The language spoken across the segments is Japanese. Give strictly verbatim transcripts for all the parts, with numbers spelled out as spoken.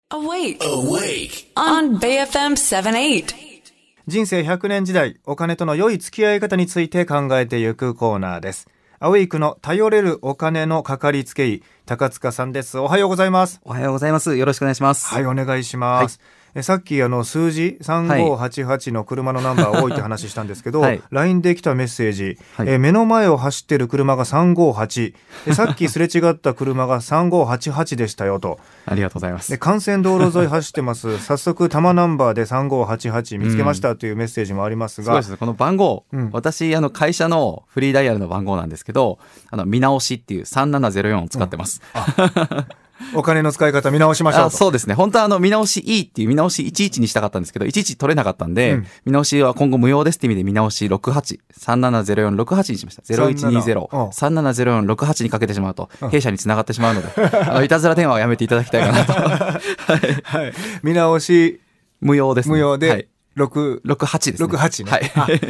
Awake. Awake. On ベイエフエム セブンティーエイト。 人生ひゃくねん時代、お金との良い付き合い方について考えていくコーナーです。アウェイクの頼れるお金のかかりつけ医、高塚さんです。おはようございます。 おはようございます。よろしくお願いします。 はい、お願いします。はい、えさっきあの数字さんごはちはちの車のナンバー多いって話したんですけど、はい、ライン で来たメッセージ、はい、え目の前を走ってる車がさんごはちで、さっきすれ違った車がさんごはちはちでしたよと。 ありがとうございます。 で幹線道路沿い走ってます早速多摩ナンバーでさんごはちはち見つけましたというメッセージもありますが、 うん、そうです。この番号、うん、私あの会社のフリーダイヤルの番号なんですけど、あの見直しっていうさんななゼロよんを使ってます、うんお金の使い方見直しましょうと。 あ、そうですね。本当はあの見直しいいっていう見直しいちいちにしたかったんですけど、いちいち取れなかったんで、うん、見直しは今後無用ですって意味で見直しろくはち、さんななゼロよんろくはちにしました。ゼロいちにゼロ、さんななゼロよんろくはちにかけてしまうと弊社に繋がってしまうので、あのいたずら電話はやめていただきたいかなと。はい、 はい。見直し無用ですね。 無用で。はい、 ろくはちですね。 ろくはちね。 はい。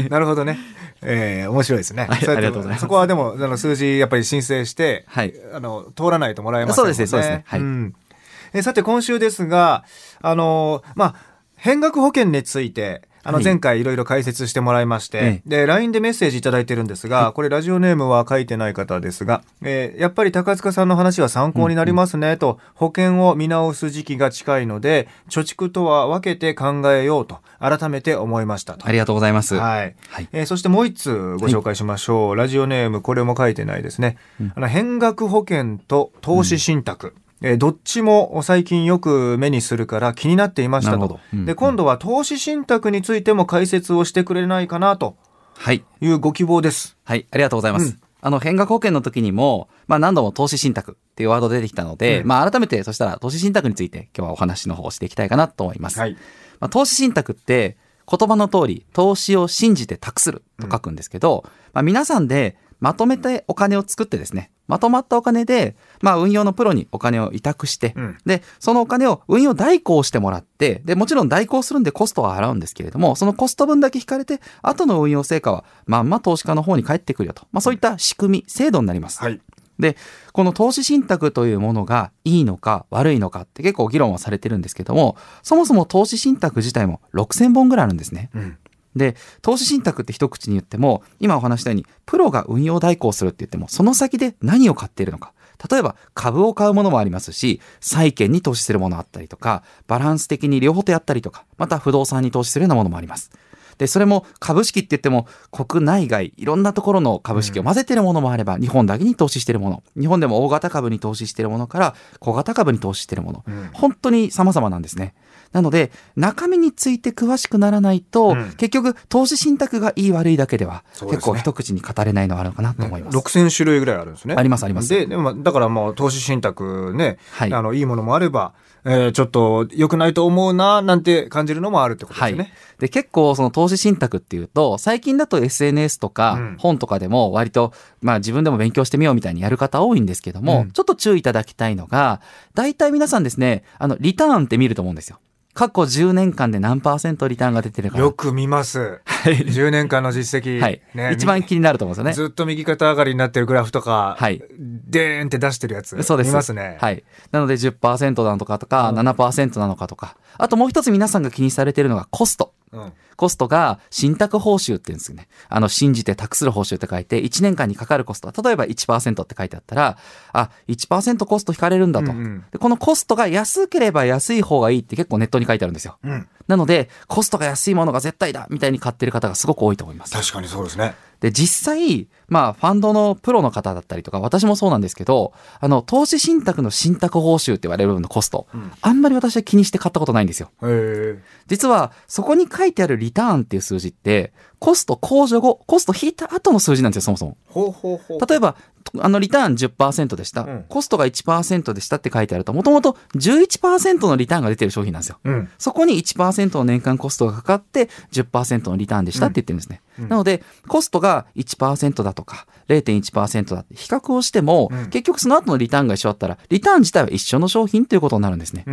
なるほどね。えー、面白いですね。 はい、ありがとうございます。 そこはでもあの数字やっぱり申請して、はい、あの通らないともらえませんもんね。 そうですね。そうですね。はい。うん、 えさて今週ですが、あのー、まあ、変額保険について、あの前回いろいろ解説してもらいまして、はい、で、ライン でメッセージいただいてるんですが、はい、これラジオネームは書いてない方ですが、えー、やっぱり高塚さんの話は参考になりますねと、うんうん、保険を見直す時期が近いので、貯蓄とは分けて考えようと、改めて思いましたと。 ありがとうございます。 はい。はい、えー、そしてもう一通ご紹介しましょう。はい、ラジオネーム、これも書いてないですね。うん、あの変額保険と投資信託。うん、えー、どっちも最近よく目にするから気になっていましたと。うんうん、で今度は投資信託についても解説をしてくれないかなというご希望です。 はい、はい、ありがとうございます。うん、あの変額保険の時にも、まあ、何度も投資信託っていうワード出てきたので、うん、まあ、改めてそしたら投資信託について今日はお話の方をしていきたいかなと思います。はい、まあ、投資信託って言葉の通り投資を信じて託すると書くんですけど、うん、まあ、皆さんでまとめてお金を作ってですね、まとまったお金で、まあ、運用のプロにお金を委託して、うん、で、そのお金を運用代行してもらって、で、もちろん代行するんでコストは払うんですけれども、そのコスト分だけ引かれて、後の運用成果はまんま投資家の方に返ってくるよと。まあ、そういった仕組み、制度になります。はい。で、この投資信託というものがいいのか悪いのかって結構議論はされてるんですけども、そもそも投資信託自体もろくせんぼんぐらいあるんですね。うん、で、投資信託って一口に言っても、今お話したように、プロが運用代行するって言っても、その先で何を買っているのか。例えば、株を買うものもありますし、債券に投資するものあったりとか、バランス的に両方とやったりとか、また不動産に投資するようなものもあります。で、それも株式って言っても、国内外、いろんなところの株式を混ぜているものもあれば、日本だけに投資しているもの、日本でも大型株に投資しているものから、小型株に投資しているもの、うん、本当に様々なんですね。なので中身について詳しくならないと、うん、結局投資信託がいい悪いだけでは結構一口に語れないのはあるのかなと思います。 ろくせん種類ぐらいあるんですね。 ありますあります。 で、でもだからもう投資信託ね、はい、あのいいものもあれば、えー、ちょっと良くないと思うななんて感じるのもあるってことですね。はい、 で結構その投資信託っていうと最近だと エスエヌエス とか本とかでも割と、まあ、自分でも勉強してみようみたいにやる方多いんですけども、うん、ちょっと注意いただきたいのが大体皆さんですね、あのリターンって見ると思うんですよ。過去じゅうねんかんで何パーセントリターンが出てるか。 よく見ます。はい。じゅうねんかんの実績。 はい。ね、一番気になると思うんですよね。 ずっと右肩上がりになってるグラフとか、はい。でーんって出してるやつ。 そうです。 見ますね。 はい。なので じゅっパーセント なのかとか、うん、ななパーセント なのかとか。あともう一つ皆さんが気にされているのがコスト。うん、コストが信託報酬って言うんですよね。あの、信じて託する報酬って書いて、いちねんかんにかかるコスト。例えば いちパーセント って書いてあったら、あ、いちパーセント コスト引かれるんだと、うんうん。で、このコストが安ければ安い方がいいって結構ネットに書いてあるんですよ。うん、なので、コストが安いものが絶対だみたいに買ってる方がすごく多いと思います。 確かにそうですね。 で、実際、まあ、ファンドのプロの方だったりとか、私もそうなんですけど、あの、投資信託の信託報酬って言われる部分のコスト、うん、あんまり私は気にして買ったことないんですよ。へー。実は、そこに書いてあるリターンっていう数字って、コスト控除後、コスト引いた後の数字なんですよ、そもそも。ほうほうほう。例えば、あのリターン じゅっパーセント でした、うん、コストが いちパーセント でしたって書いてあると、もともと じゅういちパーセント のリターンが出てる商品なんですよ、うん、そこに いちパーセント の年間コストがかかって じゅっパーセント のリターンでしたって言ってるんですね、うんうん、なのでコストが いちパーセント だとか れいてんいちパーセント だって比較をしても、うん、結局その後のリターンが一緒だったらリターン自体は一緒の商品ということになるんですね、うん、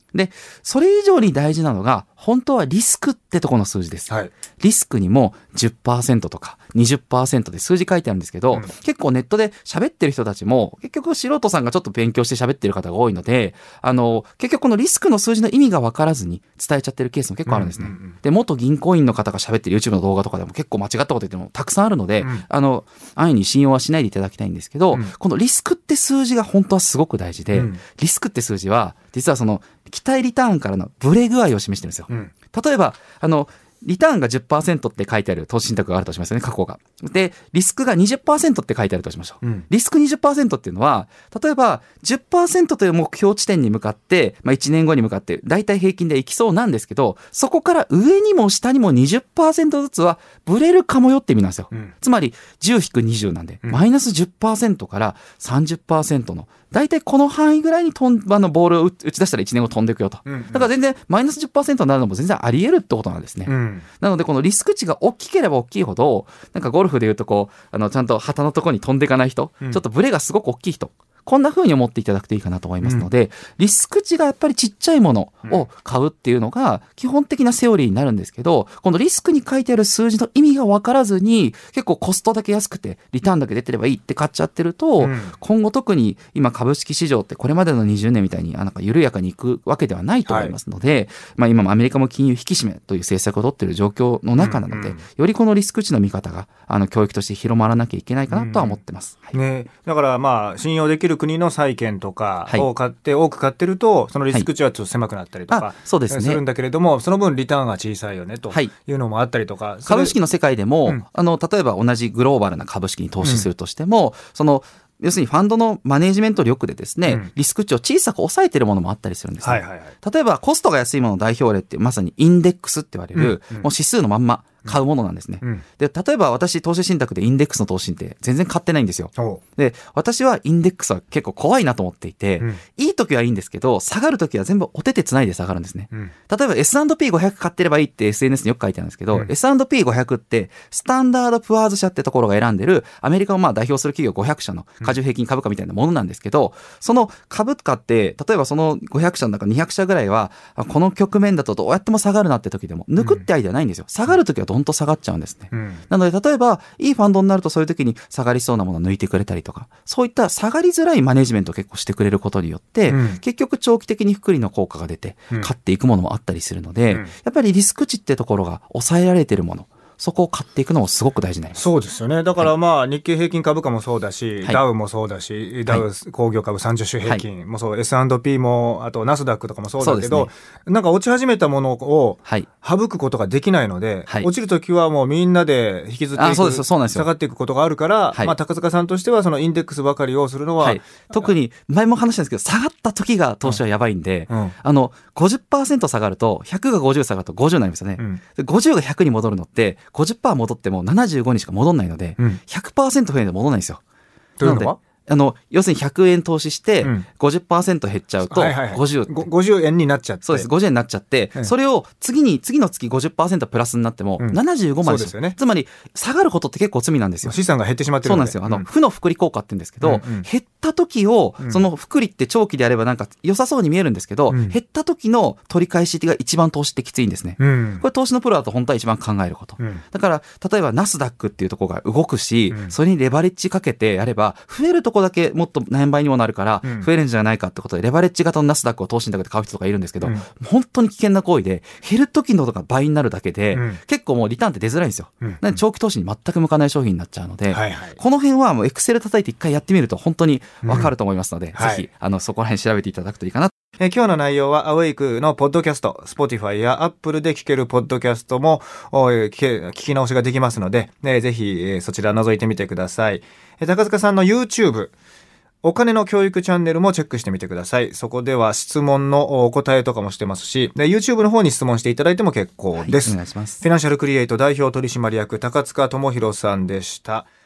で、それ以上に大事なのが、本当はリスクってとこの数字です。はい、リスクにも じゅっパーセント とか にじゅっパーセント で数字書いてあるんですけど、うん、結構ネットで喋ってる人たちも、結局素人さんがちょっと勉強して喋ってる方が多いので、あの、結局このリスクの数字の意味が分からずに伝えちゃってるケースも結構あるんですね。うんうんうん、で、元銀行員の方が喋ってる YouTube の動画とかでも結構間違ったこと言ってもたくさんあるので、うん、あの、安易に信用はしないでいただきたいんですけど、うん、このリスクって数字が本当はすごく大事で、うん、リスクって数字は、実はその、期待リターンからのブレ具合を示してるんですよ。うん、例えば、あの、リターンが じゅっパーセント って書いてある投資信託があるとしますよね、過去が。で、リスクが にじゅっパーセント って書いてあるとしましょう。うん、リスク にじゅっパーセント っていうのは、例えば じゅっパーセント という目標地点に向かって、まあいちねんごに向かって、だいたい平均でいきそうなんですけど、そこから上にも下にも にじゅっパーセント ずつはブレるかもよって意味なんですよ。うん、つまり じゅう引くにじゅう なんで、うん、マイナス じゅっパーセント から さんじゅっパーセント の、だいたいこの範囲ぐらいに飛んあのボールを打ち出したらいちねんご飛んでいくよと。うんうん、だから全然マイナス じゅっパーセント になるのも全然あり得るってことなんですね。うん、なのでこのリスク値が大きければ大きいほど、なんかゴルフでいうとこう、あのちゃんと旗のところに飛んでいかない人、うん、ちょっとブレがすごく大きい人、こんな風に思っていただくといいかなと思いますので、うん、リスク値がやっぱりちっちゃいものを買うっていうのが基本的なセオリーになるんですけど、このリスクに書いてある数字の意味が分からずに、結構コストだけ安くてリターンだけ出てればいいって買っちゃってると、うん、今後特に今株式市場ってこれまでのにじゅうねんみたいになんか緩やかにいくわけではないと思いますので、はい、まあ今もアメリカも金融引き締めという政策を取っている状況の中なので、うんうん、よりこのリスク値の見方があの教育として広まらなきゃいけないかなとは思ってます。 うんはい、ね、だからまあ信用できる国の債券とかを買って、はい、多く買ってるとそのリスク値はちょっと狭くなったりとか、はい、そうですね、するんだけれども、その分リターンが小さいよねというのもあったりとか、はい、 株式の世界でも、うん、あの例えば同じグローバルな株式に投資するとしても、うん、その要するにファンドのマネージメント力でですね、うん、リスク値を小さく抑えているものもあったりするんですね、はいはいはい、例えばコストが安いものの代表例ってまさにインデックスって言われる、うんうん、もう指数のまんま買うものなんですね、うん、で例えば私投資信託でインデックスの投資って全然買ってないんですよ。で私はインデックスは結構怖いなと思っていて、うん、いい時はいいんですけど下がる時は全部お手手つないで下がるんですね、うん、例えば エスアンドピーごひゃく 買ってればいいって エスエヌエス によく書いてあるんですけど、うん、エスアンドピーごひゃく ってスタンダードプアーズ社ってところが選んでるアメリカをまあ代表する企業ごひゃく社の加重平均株価みたいなものなんですけど、その株価って例えばそのごひゃく社の中にひゃく社ぐらいはこの局面だとどうやっても下がるなって時でも抜くってアイデアないんですよ。下がる時はどんと下がっちゃうんですね、うん、なので例えばいいファンドになるとそういう時に下がりそうなものを抜いてくれたりとか、そういった下がりづらいマネジメントを結構してくれることによって、うん、結局長期的に複利の効果が出て買っていくものもあったりするので、うん、やっぱりリスク値ってところが抑えられているもの、そこを買っていくのもすごく大事になります。 そうですよね。だからまあ、はい、日経平均株価もそうだし、はい、ダウもそうだし、ダウ工業株さんじゅっ種平均もそう、はい、エスアンドピー もあとナスダックとかもそうだけど、ね、なんか落ち始めたものを省くことができないので、はい、落ちるときはもうみんなで引きずっていく、そうです、そうなんですよ、下がっていくことがあるから、はい、まあ高塚さんとしてはそのインデックスばかりをするのは、はい、 特に前も話したんですけど、下がった時が投資はやばいんで、うんうん、あの ごじゅっパーセント 下がるとひゃくがごじゅう下がるとごじゅうになりますよね、うん、でごじゅうがひゃくに戻るのって ごじゅっパーセント 戻ってもななじゅうごにしか戻んないので、うん、ひゃくパーセント 増えないと戻らないんですよ。 どういうのは？ あの要するにひゃくえん投資して ごじゅっパーセント 減っちゃうとごじゅう、 はいはいはい、ごじゅうえんになっちゃって、 そうです、ごじゅうえんになっちゃって、うん、それを次に次の月 ごじゅっパーセント プラスになってもななじゅうごまでですよ、うん、そうですよね。つまり下がることって結構罪なんですよ。 資産が減ってしまってるので。 そうなんですよ。あの、うん、負の複利効果って言うんですけど、うんうん、減った時を、うん、その複利って長期であればなんか良さそうに見えるんですけど、うん、減った時の取り返しが一番投資ってきついんですね、うん、これ投資のプロだと本当は一番考えること、うん、だから例えばナスダックっていうところが動くし、うん、それにレバレッジかけてやれば増えるところだけもっと何倍にもなるから増えるんじゃないかってことでレバレッジ型のナスダックを投資信託で買う人とかいるんですけど、うん、本当に危険な行為で減る時のとか倍になるだけで、うん、結構もうリターンって出づらいんですよ、うん、なので長期投資に全く向かない商品になっちゃうので、はいはい、この辺はもうエクセル叩いて一回やってみると本当に分かると思いますので、うん、ぜひ、はい、あのそこら辺調べていただくといいかな。 え今日の内容はアウェイクのポッドキャスト、Spotify や Apple で聞けるポッドキャストも聞け聞き直しができますので、ね、ぜひ、えー、そちら覗いてみてください。え高塚さんの YouTube、お金の教育チャンネルもチェックしてみてください。そこでは質問のお答えとかもしてますし、で YouTube の方に質問していただいても結構です。はい、お願いします。フィナンシャルクリエイト代表取締役高塚智博さんでした。